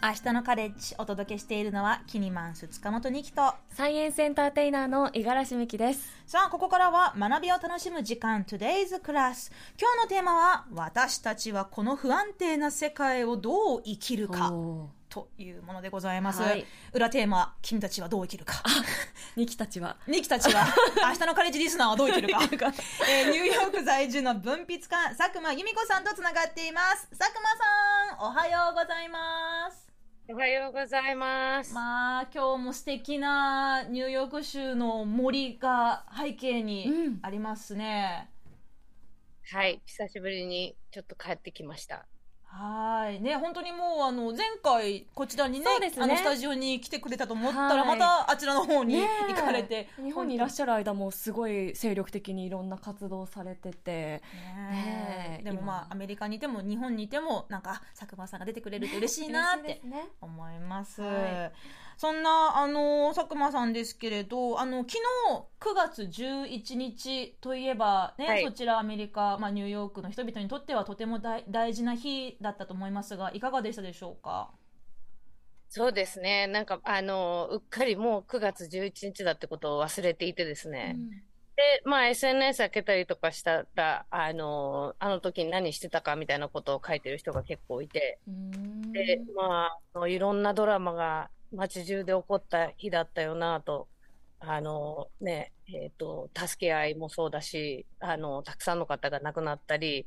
明日のカレッジお届けしているのはキニマンス塚本二希とサイエンスエンターテイナーの五十嵐美希です。 さあここからは学びを楽しむ時間 Today's Class。 今日のテーマは私たちはこの不安定な世界をどう生きるかというものでございます、はい、裏テーマ、君たちはどう生きるか。 ニキたちは明日のカレッジリスナーはどう生きるか。ニューヨーク在住の文筆家佐久間由美子さんとつながっています。佐久間さん、おはようございます。 おはようございます。 まあ今日も素敵なニューヨーク州の森が背景にありますね、 はい、久しぶりにちょっと帰ってきました。 はいね、本当にもう前回こちらに ねスタジオに来てくれたと思ったら、またあちらの方に行かれて、 日本にいらっしゃる間もすごい精力的にいろんな活動されてて、 でもアメリカにいても日本にいてもなんか佐久間さんが出てくれると嬉しいなって思います、そんな佐久間さんですけれど、昨日9月11日といえばね、そちらアメリカ、ニューヨークの人々にとってはとても大事な日だったと思いますが、いかがでしたでしょうか？ そうですね、なんかうっかりもう9月11日だってことを忘れていてですね、でSNS 開けたりとかしたらあの時に何してたかみたいなことを書いてる人が結構いて、でいろんなドラマが街中で起こった日だったよなと、助け合いもそうだし、たくさんの方が亡くなったり、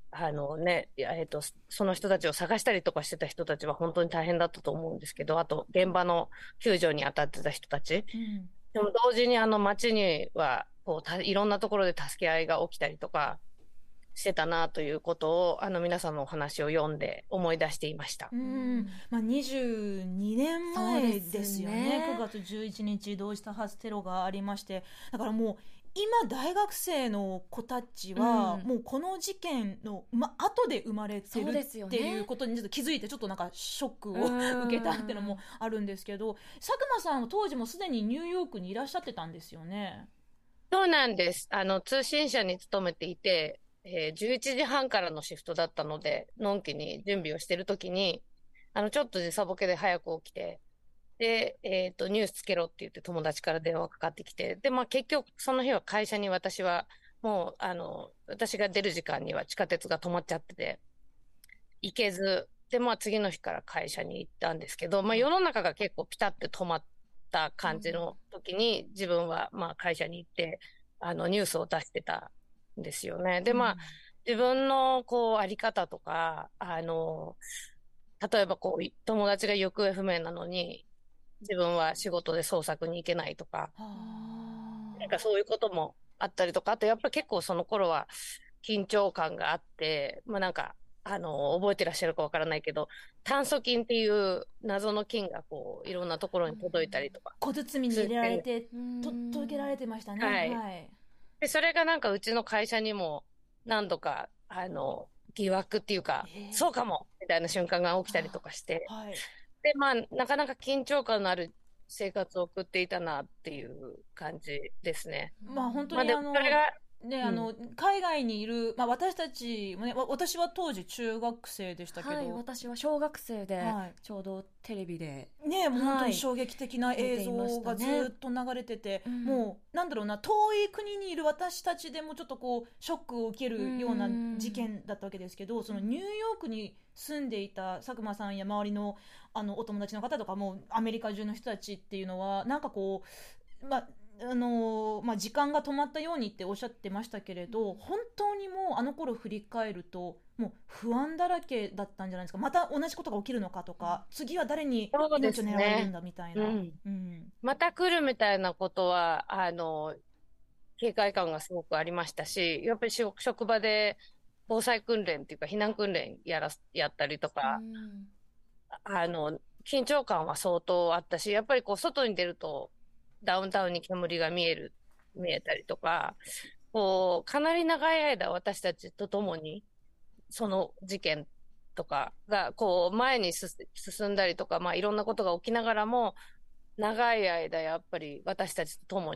その人たちを探したりとかしてた人たちは本当に大変だったと思うんですけど、あと現場の救助に当たってた人たち、でも同時に街にはいろんなところで助け合いが起きたりとかしてたなということを皆さんのお話を読んで思い出していました。 22年前ですよね。9月11日同時多発テロがありまして、だからもう今大学生の子たちはもうこの事件の、後で生まれてるっていうことにちょっと気づいて、ちょっとなんかショックを受けたっていうのもあるんですけど、佐久間さんは当時もすでにニューヨークにいらっしゃってたんですよね。 そうなんです。通信社に勤めていて、11時半からのシフトだったので、のんきに準備をしてるときに、ちょっと時差ボケで早く起きて、で、ニュースつけろって言って友達から電話かかってきて、で、結局その日は会社に私はもう、私が出る時間には地下鉄が止まっちゃってて、行けず、で、次の日から会社に行ったんですけど、世の中が結構ピタって止まった感じの時に、自分は会社に行って、ニュースを出してたんですよね。で、自分のあり方とか、例えば友達が行方不明なのに、自分は仕事で捜索に行けないとか、なんかそういうこともあったりとか、あとやっぱり結構その頃は緊張感があって、なんか、覚えてらっしゃるかわからないけど、炭疽菌っていう謎の菌がいろんなところに届いたりとか。 小包に入れられて、届けられてましたね。 はい。で、それがなんかうちの会社にも何度か、疑惑っていうか、そうかもみたいな瞬間が起きたりとかして、で、なかなか緊張感のある生活を送っていたなっていう感じですね。 本当にそれが海外にいる、私たちもね、私は当時中学生でしたけど、 私は小学生で、ちょうどテレビでね、もう本当に衝撃的な映像がずっと流れてて、もうなんだろうな、遠い国にいる私たちでもちょっとショックを受けるような事件だったわけですけど、そのニューヨークに住んでいた佐久間さんや周りのお友達の方とかもアメリカ中の人たちっていうのはなんか時間が止まったようにっておっしゃってましたけれど、本当にもうあの頃振り返るともう不安だらけだったんじゃないですか。また同じことが起きるのかとか、次は誰に命を狙われるんだみたいな、 また来るみたいなことは警戒感がすごくありましたし、やっぱり職場で防災訓練っていうか避難訓練やったりとか、緊張感は相当あったし、やっぱり外に出るとダウンタウンに煙が見えたりとか、かなり長い間私たちと共にその事件とかが前に進んだりとか、いろんなことが起きながらも長い間やっぱり私たちと共にあっ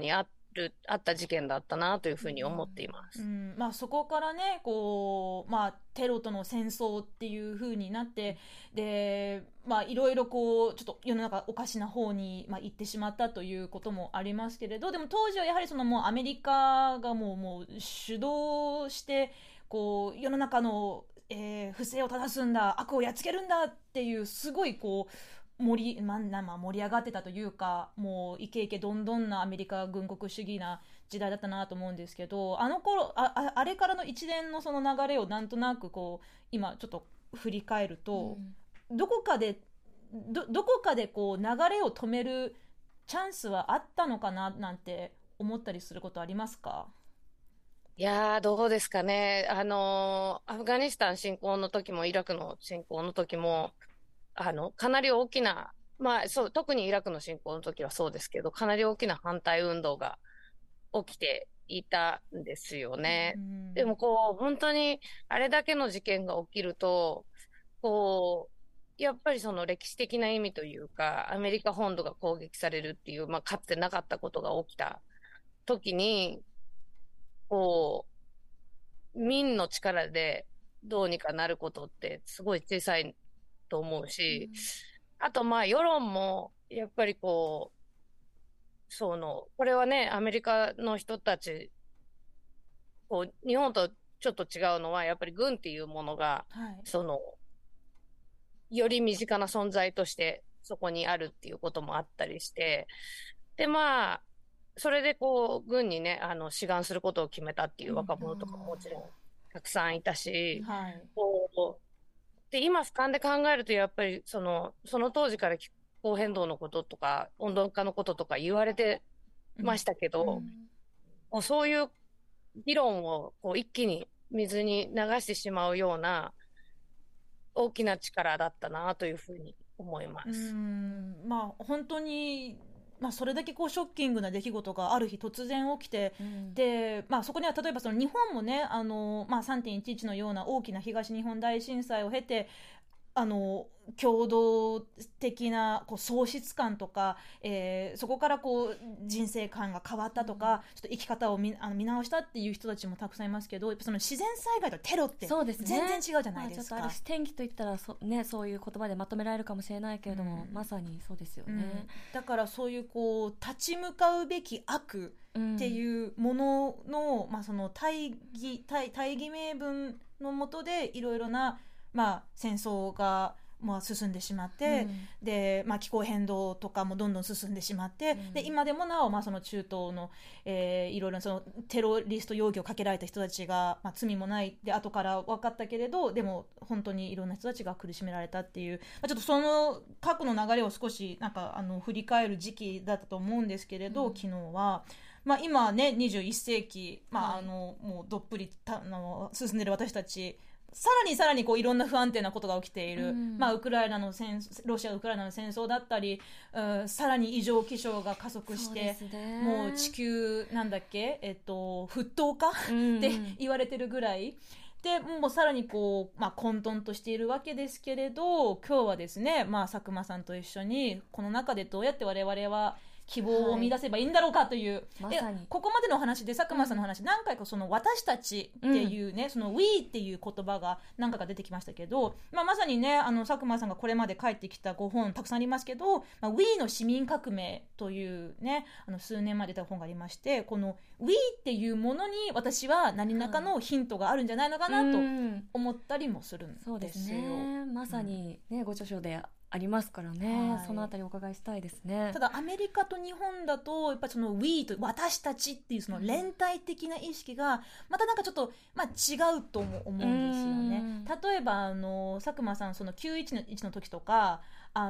あった事件だったなというふうに思っています。 まあ、そこからねこう、まあ、テロとの戦争っていう風になってで、まあ、いろいろこうちょっと世の中おかしな方に、まあ、行ってしまったということもありますけれど、でも当時はやはりそのもうアメリカがもう主導してこう世の中の、不正を正すんだ、悪をやっつけるんだっていうすごいこう盛り上がってたというか、もうイケイケどんどんなアメリカ軍国主義な時代だったなと思うんですけど、あの頃あれからの一連のその流れをなんとなくこう今ちょっと振り返ると、どこかでこう流れを止めるチャンスはあったのかななんて思ったりすることありますか？ いやー、どうですかね。アフガニスタン侵攻の時も、イラクの侵攻の時も、かなり大きな、まあ、そう、特にイラクの侵攻の時はそうですけど、かなり大きな反対運動が起きていたんですよね。でも、こう、本当に、あれだけの事件が起きると、こう、やっぱりその歴史的な意味というか、アメリカ本土が攻撃されるっていう、まあ、かつてなかったことが起きた時に、こう、民の力でどうにかなることってすごい小さいと思うし、あとまあ世論もやっぱりこう、これはね、アメリカの人たち、こう、日本とちょっと違うのは、やっぱり軍っていうものが、 はい、 より身近な存在としてそこにあるっていうこともあったりして、でまあ、それでこう、軍にね、志願することを決めたっていう若者とかももちろんたくさんいたし、 はい、 こう、で、今俯瞰で考えると、やっぱりその当時から気候変動のこととか、温暖化のこととか言われてましたけど、もうそういう議論をこう一気に水に流してしまうような大きな力だったなというふうに思います。 まあ本当に、まあ、それだけこうショッキングな出来事がある日突然起きて、で、まあ、そこには例えばその日本もねまあ、3.11のような大きな東日本大震災を経て共同的なこう喪失感とか、そこからこう人生観が変わったとか、ちょっと生き方を見直したっていう人たちもたくさんいますけど、やっぱその自然災害とテロって全然違うじゃないですか。 まあ、ちょっとある種天気といったらそういう言葉でまとめられるかもしれないけれども、まさにそうですよね、 だからそういうこう立ち向かうべき悪っていうものの、まあ、その大義名分のもとでいろいろな、まあ、戦争がまあ進んでしまって、で、まあ、気候変動とかもどんどん進んでしまって、で今でもなお、まあ、その中東の、いろいろなそのテロリスト容疑をかけられた人たちが、まあ、罪もないで後から分かったけれど、でも本当にいろんな人たちが苦しめられたっていう、まあ、ちょっとその過去の流れを少しなんか振り返る時期だったと思うんですけれど、昨日は。まあ、今ね21世紀、まあもうどっぷり進んでる私たち、さらにこういろんな不安定なことが起きている、まあ、ロシア・ウクライナの戦争だったり、さらに異常気象が加速して、もう地球なんだっけ、沸騰化って言われてるぐらいで、もうさらにこう、まあ、混沌としているわけですけれど、今日はですね、まあ、佐久間さんと一緒にこの中でどうやって我々は希望を見出せばいいんだろうかという、 まさにここまでのお話で佐久間さんの話、何回かその私たちっていうね、その We っていう言葉が何回か出てきましたけど、まあ、まさにね佐久間さんがこれまで書いてきた5本たくさんありますけど、まあ、We の市民革命というね数年前出た本がありまして、この We っていうものに私は何らかのヒントがあるんじゃないのかなと思ったりもするんですよ。 そうですね、まさにね、ご著書でありますからね、 はい、 そのあたりお伺いしたいですね。 ただアメリカと日本だとやっぱりその We と私たちっていうその連帯的な意識がまたなんかちょっと、まあ、違うとも思うんですよね。例えば佐久間さんその911の時とか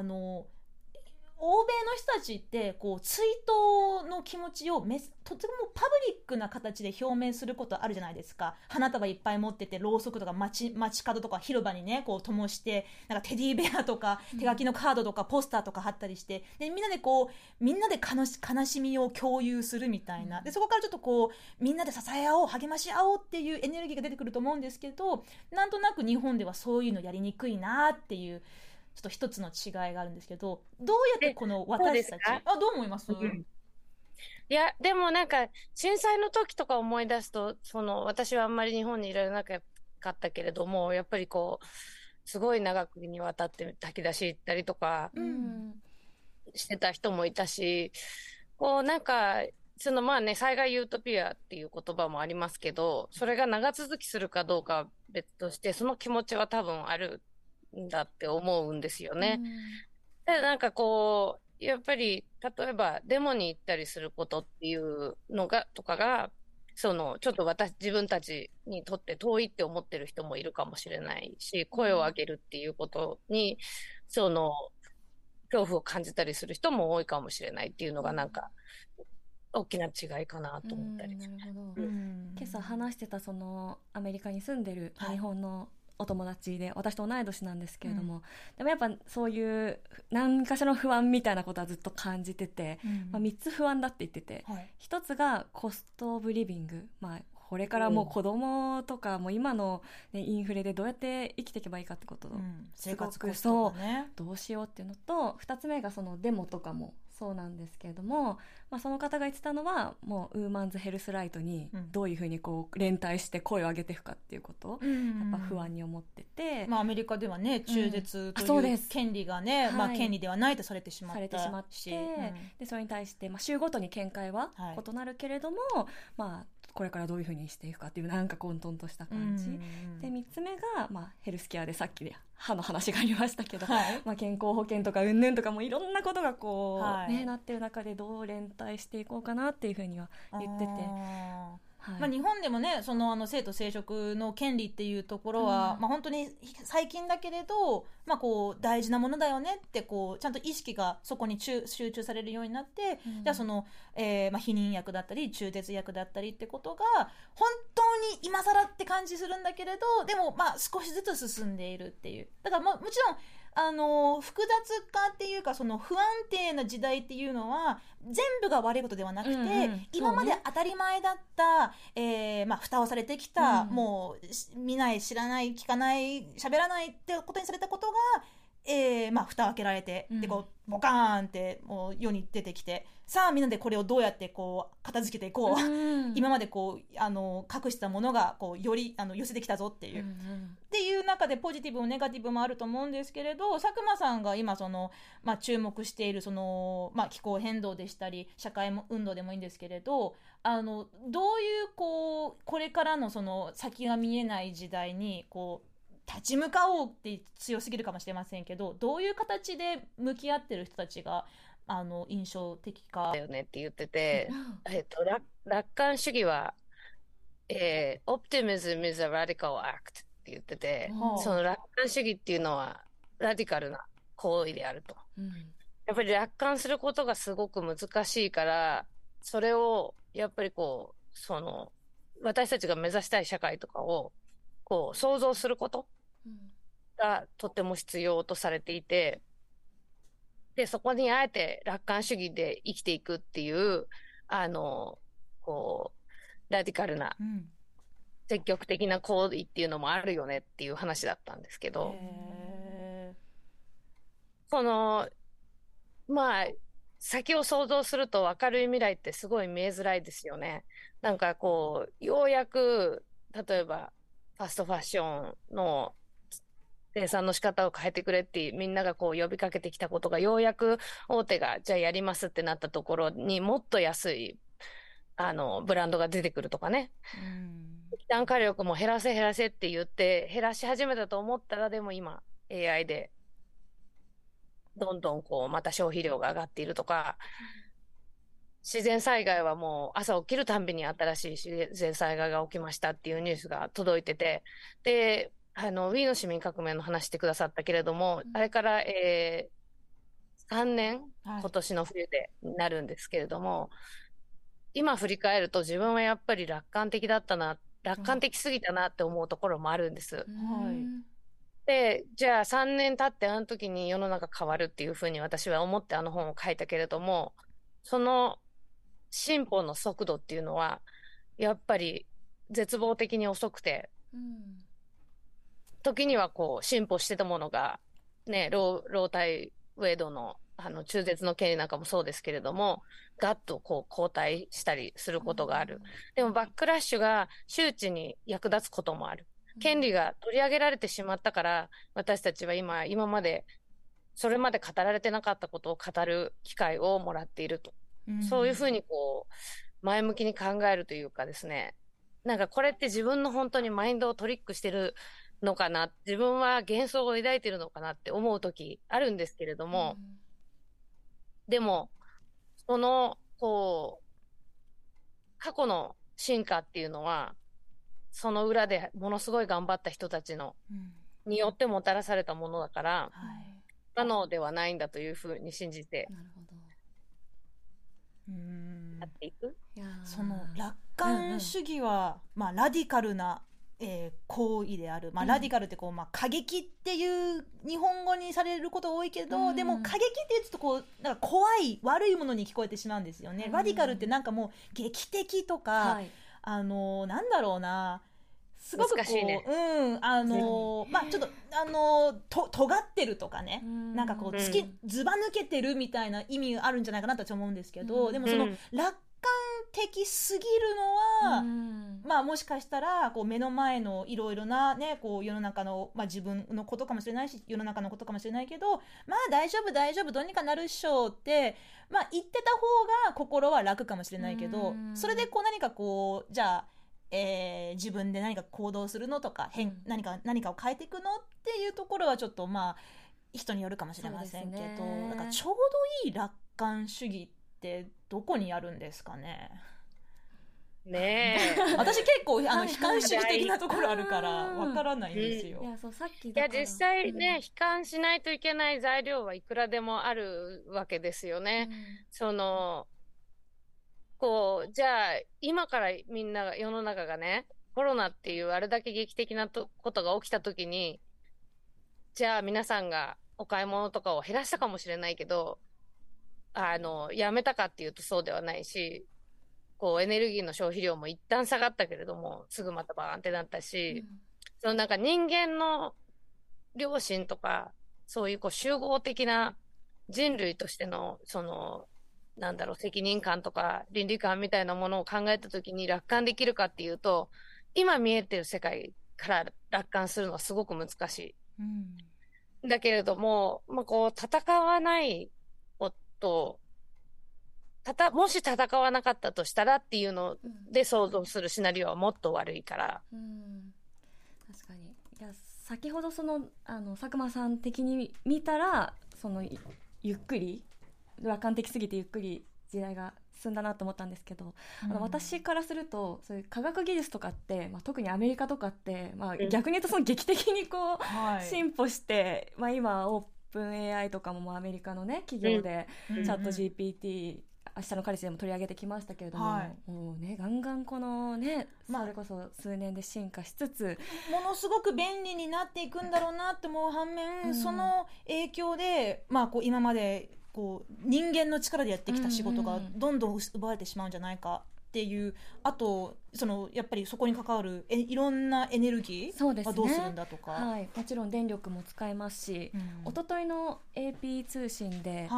欧米の人たちってこう追悼の気持ちをとてもパブリックな形で表明することあるじゃないですか。花束いっぱい持っててろうそくとか街角とか広場にねこう灯して、なんかテディベアとか手書きのカードとかポスターとか貼ったりして、でみんなで悲しみを共有するみたいな、でそこからちょっとこうみんなで支え合おう励まし合おうっていうエネルギーが出てくると思うんですけど、なんとなく日本ではそういうのやりにくいなっていうちょっと一つの違いがあるんですけど、どうやってこの私たちどう思います？ いや、でもなんか、震災の時とか思い出すと、私はあんまり日本にいられなかったけれども、やっぱりこう、すごい長くにわたって炊き出し行ったりとかしてた人もいたし、こうなんか、まあね、災害ユートピアっていう言葉もありますけど、それが長続きするかどうかは別として、その気持ちは多分あるんだって思うんですよね。で、なんかこう、やっぱり、例えばデモに行ったりすることっていうのが、とかが、ちょっと自分たちにとって遠いって思ってる人もいるかもしれないし、声を上げるっていうことに、恐怖を感じたりする人も多いかもしれないっていうのがなんか、大きな違いかなと思ったりします。 なるほど。今朝話してたアメリカに住んでる日本のお友達で、私と同い年なんですけれども、でもやっぱそういう何かしらの不安みたいなことはずっと感じてて、3つ不安だって言ってて、1つがコストオブリビング、これからもう子供とかもう今の、ね、インフレでどうやって生きていけばいいかってことの、 生活コストがね、 どうしようっていうのと、2つ目がデモとかもそうなんですけれども、その方が言ってたのはもうウーマンズヘルスライトにどういうふうにこう連帯して声を上げていくかっていうことをやっぱ不安に思ってて、 アメリカではね、中絶という権利がね、権利ではないとされてしまったし、 でそれに対して、州ごとに見解は異なるけれども、これからどういうふうにしていくかっていうなんか混沌とした感じ、で3つ目が、ヘルスケアでさっき歯の話がありましたけど、健康保険とかうんぬんとかもいろんなことがこう、なってる中でどう連帯していこうかなっていうふうには言ってて、 日本でもね、性と生殖の権利っていうところは、本当に最近だけれど、こう大事なものだよねってこうちゃんと意識がそこに集中されるようになって、じゃあ避妊薬だったり中絶薬だったりってことが本当に今更って感じするんだけれど、でも少しずつ進んでいるっていう。だからもちろん複雑化っていうか不安定な時代っていうのは全部が悪いことではなくて、今まで当たり前だった、蓋をされてきた、もう見ない知らない聞かない喋らないってことにされたことが、蓋を開けられて、でこうボカーンってもう世に出てきて、さあみんなでこれをどうやってこう片付けていこう、今までこう隠したものがこうより寄せてきたぞっていう、っていう中でポジティブもネガティブもあると思うんですけれど、佐久間さんが今注目している気候変動でしたり社会運動でもいいんですけれど、どういうこれからの先が見えない時代にこう立ち向かおうって強すぎるかもしれませんけど、どういう形で向き合ってる人たちが印象的かだよねって言ってて、楽観主義は、Optimism is a radical act って言ってて、その楽観主義っていうのはラディカルな行為であると。やっぱり楽観することがすごく難しいから、それをやっぱりこう私たちが目指したい社会とかをこう想像することがとても必要とされていて、で、そこにあえて楽観主義で生きていくっていう、こう、ラディカルな、積極的な行為っていうのもあるよねっていう話だったんですけど、先を想像すると明るい未来ってすごい見えづらいですよね。なんかこう、ようやく、例えば、ファストファッションの生産の仕方を変えてくれってみんながこう呼びかけてきたことが、ようやく大手がじゃあやりますってなったところにもっと安いブランドが出てくるとかね、石炭火力も減らせって言って減らし始めたと思ったら、でも今 AI でどんどんこうまた消費量が上がっているとか、自然災害はもう朝起きるたんびに新しい自然災害が起きましたっていうニュースが届いてて、でウィーンの市民革命の話してくださったけれども、あれから、3年、今年の冬でなるんですけれども、今振り返ると自分はやっぱり楽観的すぎたなって思うところもあるんです。で、じゃあ3年経ってあの時に世の中変わるっていうふうに私は思って本を書いたけれども、その進歩の速度っていうのはやっぱり絶望的に遅くて、時にはこう進歩してたものがね、ロータイウェイドの中絶の権利なんかもそうですけれども、ガッとこう後退したりすることがある。でもバックラッシュが周知に役立つこともある。権利が取り上げられてしまったから、私たちは今まで、それまで語られてなかったことを語る機会をもらっていると。そういうふうにこう、前向きに考えるというかですね、なんかこれって自分の本当にマインドをトリックしてるのかな、自分は幻想を抱いてるのかなって思う時あるんですけれども、でも、こう、過去の進化っていうのは、その裏でものすごい頑張った人たちによってもたらされたものだから、不可能ではないんだというふうに信じて、やっていく。 その楽観主義は、ラディカルな行為である、ラディカルってこう、過激っていう日本語にされることが多いけど、でも過激って言うとこうなんか怖い悪いものに聞こえてしまうんですよね。ラディカルってなんかもう劇的とか、なんだろうな、すごくこう、 難しいね。 ちょっと尖ってるとかね、なんかこうずば抜けてるみたいな意味があるんじゃないかなと思うんですけど、でもその楽観的すぎるのは、もしかしたらこう目の前のいろいろなね、こう世の中の、自分のことかもしれないし、世の中のことかもしれないけど、大丈夫どうにかなるっしょって、言ってた方が心は楽かもしれないけど、それでこう何かこうじゃあ自分で何か行動するのとか何かを変えていくのっていうところはちょっと人によるかもしれませんけど、だからちょうどいい楽観主義ってどこにあるんですかね。 ねえ。 私結構悲観主義的なところあるからわからないんですよ。 いや実際ね、悲観しないといけない材料はいくらでもあるわけですよね。じゃあ今からみんなが世の中がね、コロナっていうあれだけ劇的なことが起きた時に、じゃあ皆さんがお買い物とかを減らしたかもしれないけど、やめたかっていうとそうではないし、こうエネルギーの消費量も一旦下がったけれども、すぐまたバーンってなったし、そのなんか人間の良心とか、そういうこう集合的な人類としての、責任感とか倫理観みたいなものを考えたときに楽観できるかっていうと、今見えてる世界から楽観するのはすごく難しい。だけれども、こう戦わないこともし戦わなかったとしたらっていうので想像するシナリオはもっと悪いから。 確かに。いや、先ほど佐久間さん的に見たらゆっくり楽観的すぎてゆっくり時代が進んだなと思ったんですけど、私からするとそういう科学技術とかって、特にアメリカとかって、逆に言うと劇的にこう、進歩して、今オープン AI とかもアメリカのね企業で、チャット GPT、明日の彼氏でも取り上げてきましたけれども、もうねガンガンこのね、それこそ数年で進化しつつものすごく便利になっていくんだろうなって思う反面、その影響でこう今までこう人間の力でやってきた仕事がどんどん奪われてしまうんじゃないかっていう、あとやっぱりそこに関わるいろんなエネルギーはどうするんだとか、 もちろん電力も使えますし、一昨日の AP 通信で、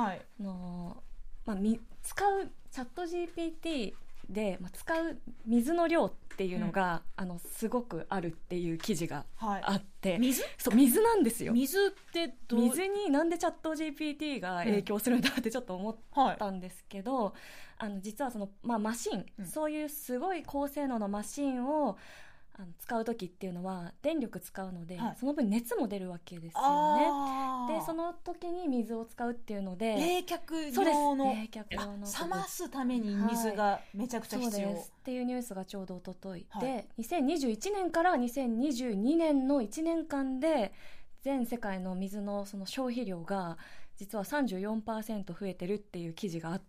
使うチャット GPT で、使う水の量っていうのが、すごくあるっていう記事があって、そう水なんですよ。 水って水になんでチャット GPT が影響するんだってちょっと思ったんですけど、実はマシン、そういうすごい高性能のマシンを使う時っていうのは電力使うので、その分熱も出るわけですよね。でその時に水を使うっていうので、 冷却用の冷ますために水がめちゃくちゃ必要、 そうですっていうニュースがちょうど一昨日で、2021年から2022年の1年間で全世界の水のその消費量が実は 34% 増えてるっていう記事があって、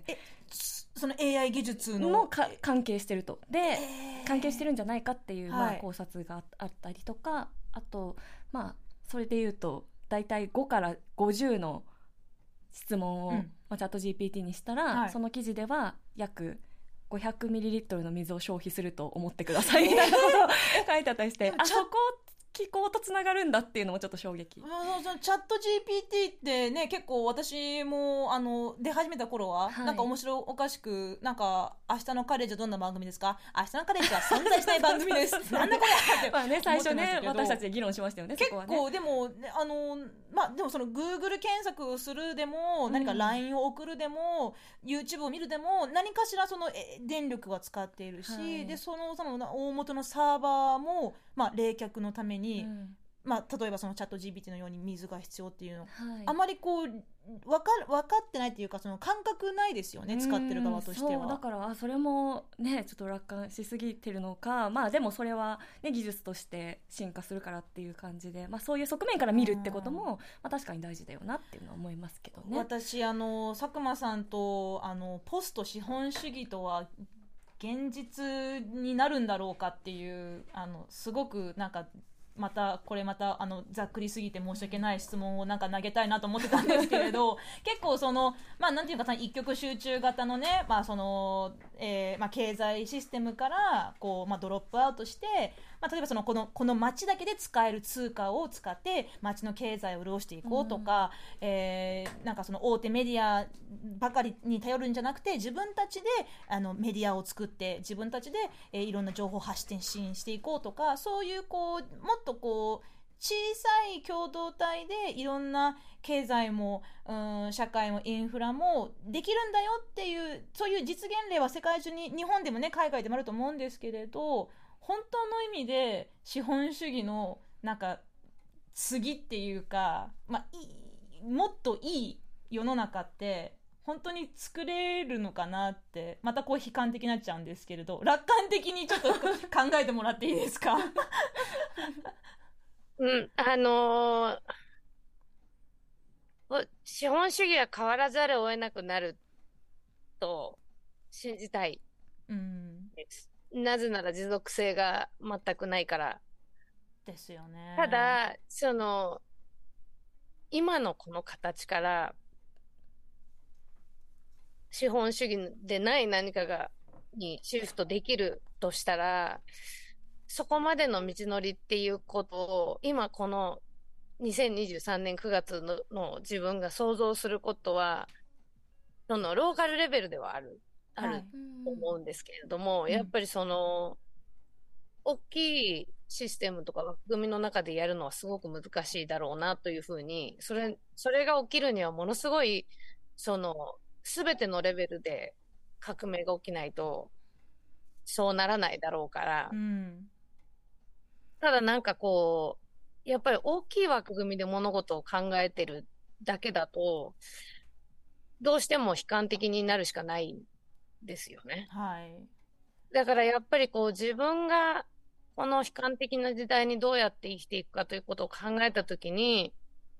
その AI 技術のも関係してると。で、関係してるんじゃないかっていう考察があったりとか、あとそれでいうとだいたい5から50の質問を、チャット GPT にしたら、その記事では約500ml の水を消費すると思ってくださいみたいなことを書いてあったりして、そこ気候とつながるんだっていうのもちょっと衝撃。 そのチャット GPT ってね、結構私も出始めた頃は、 はい、 なんか面白おかしく、なんか明日のカレッジはどんな番組ですか、明日のカレッジは存在しない番組ですなんだこれってまあね、最初ね私たちで議論しましたよね。 結構そこはね、 でも、まあでもその Google 検索をするでも、何か LINE を送るでも、YouTube を見るでも、何かしらその電力は使っているし、はい、でその大元のサーバーも、まあ、冷却のために、まあ、例えばそのチャット GPT のように水が必要っていうの、はい、あまりこう分かってないっていうか、その感覚ないですよね、使ってる側としては。 そうだからそれもねちょっと楽観しすぎてるのか、まあでもそれは、ね、技術として進化するからっていう感じで、まあ、そういう側面から見るってことも、まあ、確かに大事だよなっていうのは思いますけどね。 私佐久間さんとポスト資本主義とは現実になるんだろうかっていうすごくなんかまたざっくりすぎて申し訳ない質問をなんか投げたいなと思ってたんですけれど結構まあなんていうか一極集中型のね、まあまあ、経済システムからこう、まあ、ドロップアウトして、まあ、例えばこの町だけで使える通貨を使って町の経済を潤していこうとか、なんか大手メディアばかりに頼るんじゃなくて、自分たちでメディアを作って自分たちで、いろんな情報発信していこうとか、そういうもっと小さい共同体でいろんな経済も、社会もインフラもできるんだよっていう、そういう実現例は世界中に、日本でもね海外でもあると思うんですけれど、本当の意味で資本主義のなんか次っていうか、まあ、もっといい世の中って本当に作れるのかなって、また悲観的になっちゃうんですけれど、楽観的にちょっと考えてもらっていいですか資本主義は変わらざるを得なくなると信じたいです。なぜなら持続性が全くないからですよね。 ただ今のこの形から資本主義でない何かにシフトできるとしたら、そこまでの道のりっていうことを今この2023年9月の自分が想像することはローカルレベルではあると思うんですけれども、やっぱり大きいシステムとか枠組みの中でやるのはすごく難しいだろうなというふうに、それが起きるにはものすごい全てのレベルで革命が起きないとそうならないだろうから、ただなんかやっぱり大きい枠組みで物事を考えてるだけだとどうしても悲観的になるしかないんですよね。 はい。 だからやっぱり自分がこの悲観的な時代にどうやって生きていくかということを考えたときに、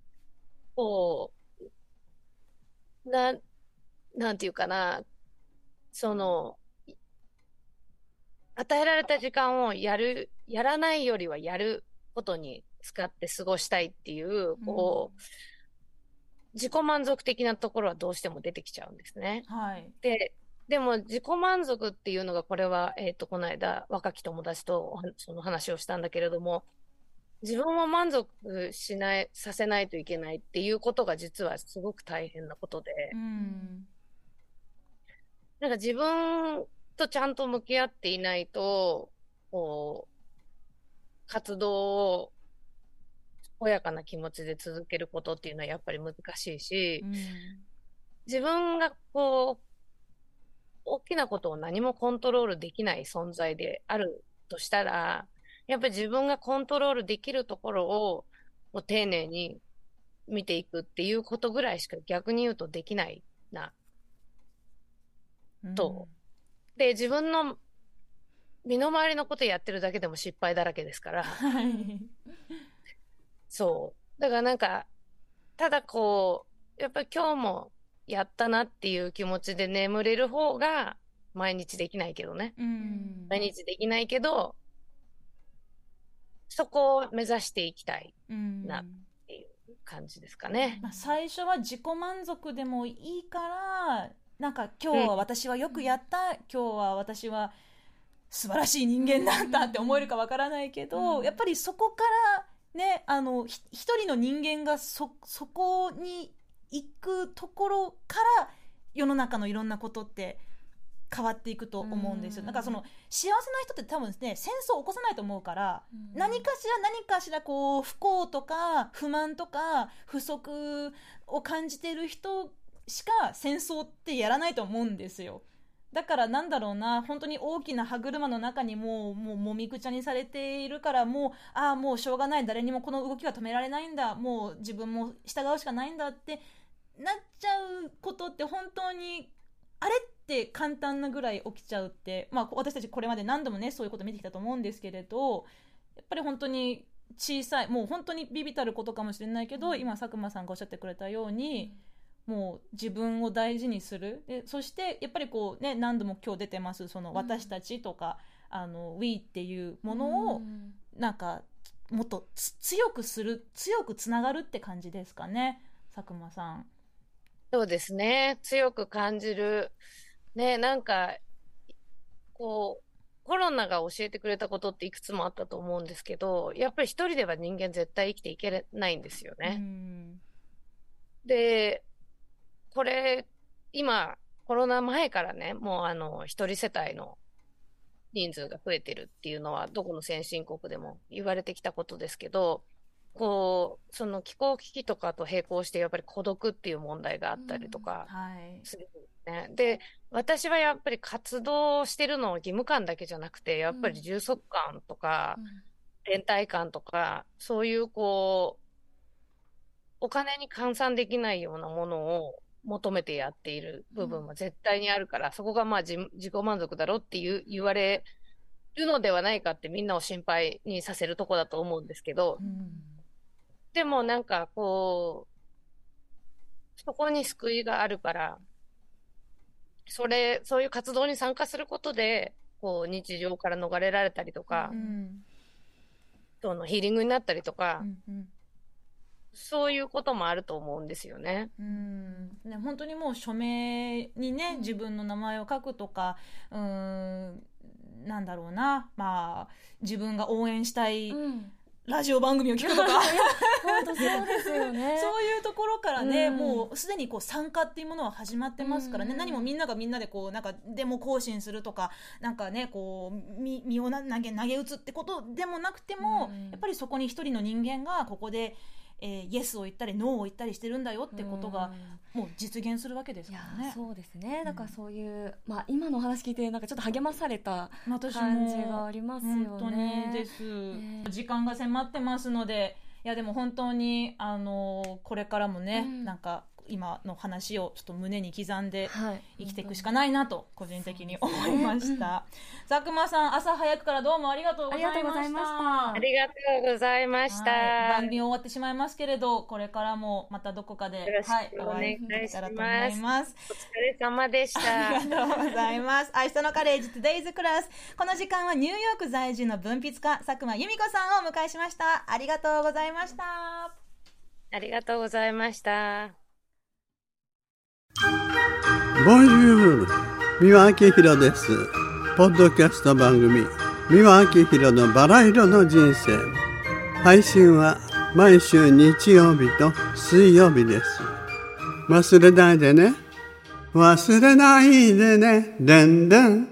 なんていうかな、与えられた時間をやらないよりはやることに使って過ごしたいっていう、自己満足的なところはどうしても出てきちゃうんですね。 はい。 でも自己満足っていうのが、これは、この間若き友達とその話をしたんだけれども、自分を満足させないといけないっていうことが実はすごく大変なことで、なんか自分とちゃんと向き合っていないと、活動を健やかな気持ちで続けることっていうのはやっぱり難しいし、自分が大きなことを何もコントロールできない存在であるとしたら、やっぱり自分がコントロールできるところを丁寧に見ていくっていうことぐらいしか逆に言うとできないな、と。で、自分の身の回りのことやってるだけでも失敗だらけですから。そう。だからなんか、ただやっぱり今日もやったなっていう気持ちで眠れる方が毎日できないけどね。毎日できないけど、そこを目指していきたいなっていう感じですかね。 最初は自己満足でもいいから、なんか今日は私はよくやった、今日は私は素晴らしい人間だったって思えるかわからないけど、やっぱりそこからね、一人の人間がそこに行くところから世の中のいろんなことって変わっていくと思うんですよ。だからその幸せな人って多分ね、戦争を起こさないと思うから、何かしらこう不幸とか不満とか不足を感じてる人しか戦争ってやらないと思うんですよ。だからなんだろうな、本当に大きな歯車の中にもうもみくちゃにされているから、もうしょうがない、誰にもこの動きは止められないんだ、もう自分も従うしかないんだってなっちゃうことって本当にあれって簡単なぐらい起きちゃうって、私たちこれまで何度もねそういうこと見てきたと思うんですけれど、やっぱり本当に小さい、もう本当に微々たることかもしれないけど、今佐久間さんがおっしゃってくれたように、もう自分を大事にする。でそしてやっぱりこうね、何度も今日出てますその私たちとか、We っていうものをなんかもっと強くする、強くつながるって感じですかね、佐久間さん。 そうですね。強く感じる。ね、なんか、こう、コロナが教えてくれたことっていくつもあったと思うんですけど、やっぱり一人では人間絶対生きていけないんですよね。で、これ、今、コロナ前からね、もう一人世帯の人数が増えてるっていうのは、どこの先進国でも言われてきたことですけど、その気候危機とかと並行してやっぱり孤独っていう問題があったりとかするんですね。で、私はやっぱり活動してるのは義務感だけじゃなくて、やっぱり充足感とか、連帯感とか、そういうお金に換算できないようなものを求めてやっている部分は絶対にあるから、そこが自己満足だろって言われるのではないかってみんなを心配にさせるとこだと思うんですけど、でもなんかそこに救いがあるから、そういう活動に参加することで、日常から逃れられたりとか、そのヒーリングになったりとか、そういうこともあると思うんですよね。 ね、本当にもう署名にね、自分の名前を書くとか、なんだろうな、自分が応援したい、ラジオ番組を聞くとか本当そうですよね。 そういうところからね、もうすでに参加っていうものは始まってますからね、何もみんながみんなでなんかデモ行進するとか、なんかね身を投げ打つってことでもなくても、やっぱりそこに一人の人間がここでイエスを言ったりノーを言ったりしてるんだよってことがもう実現するわけですからね。 いやそうですね。だからそういう、今のお話聞いてなんかちょっと励まされた感じがありますよね。 本当にです、時間が迫ってますので、いやでも本当にこれからもね、なんか今の話をちょっと胸に刻んで生きていくしかないなと個人的に思いました。佐久間さん、朝早くからどうもありがとうございました。 ありがとうございました。 番組終わってしまいますけれど、これからもまたどこかでお会いできたらと思います。 お疲れ様でした。 ありがとうございます。明日のカレッジ Today's Class、 この時間はニューヨーク在住の文筆家佐久間由美子さんをお迎えしました。ありがとうございました。 ありがとうございました。 ボンジュール、三輪明宏です。ポッドキャスト番組三輪明宏のバラ色の人生、配信は毎週日曜日と水曜日です。忘れないでね、忘れないでね、でんでん。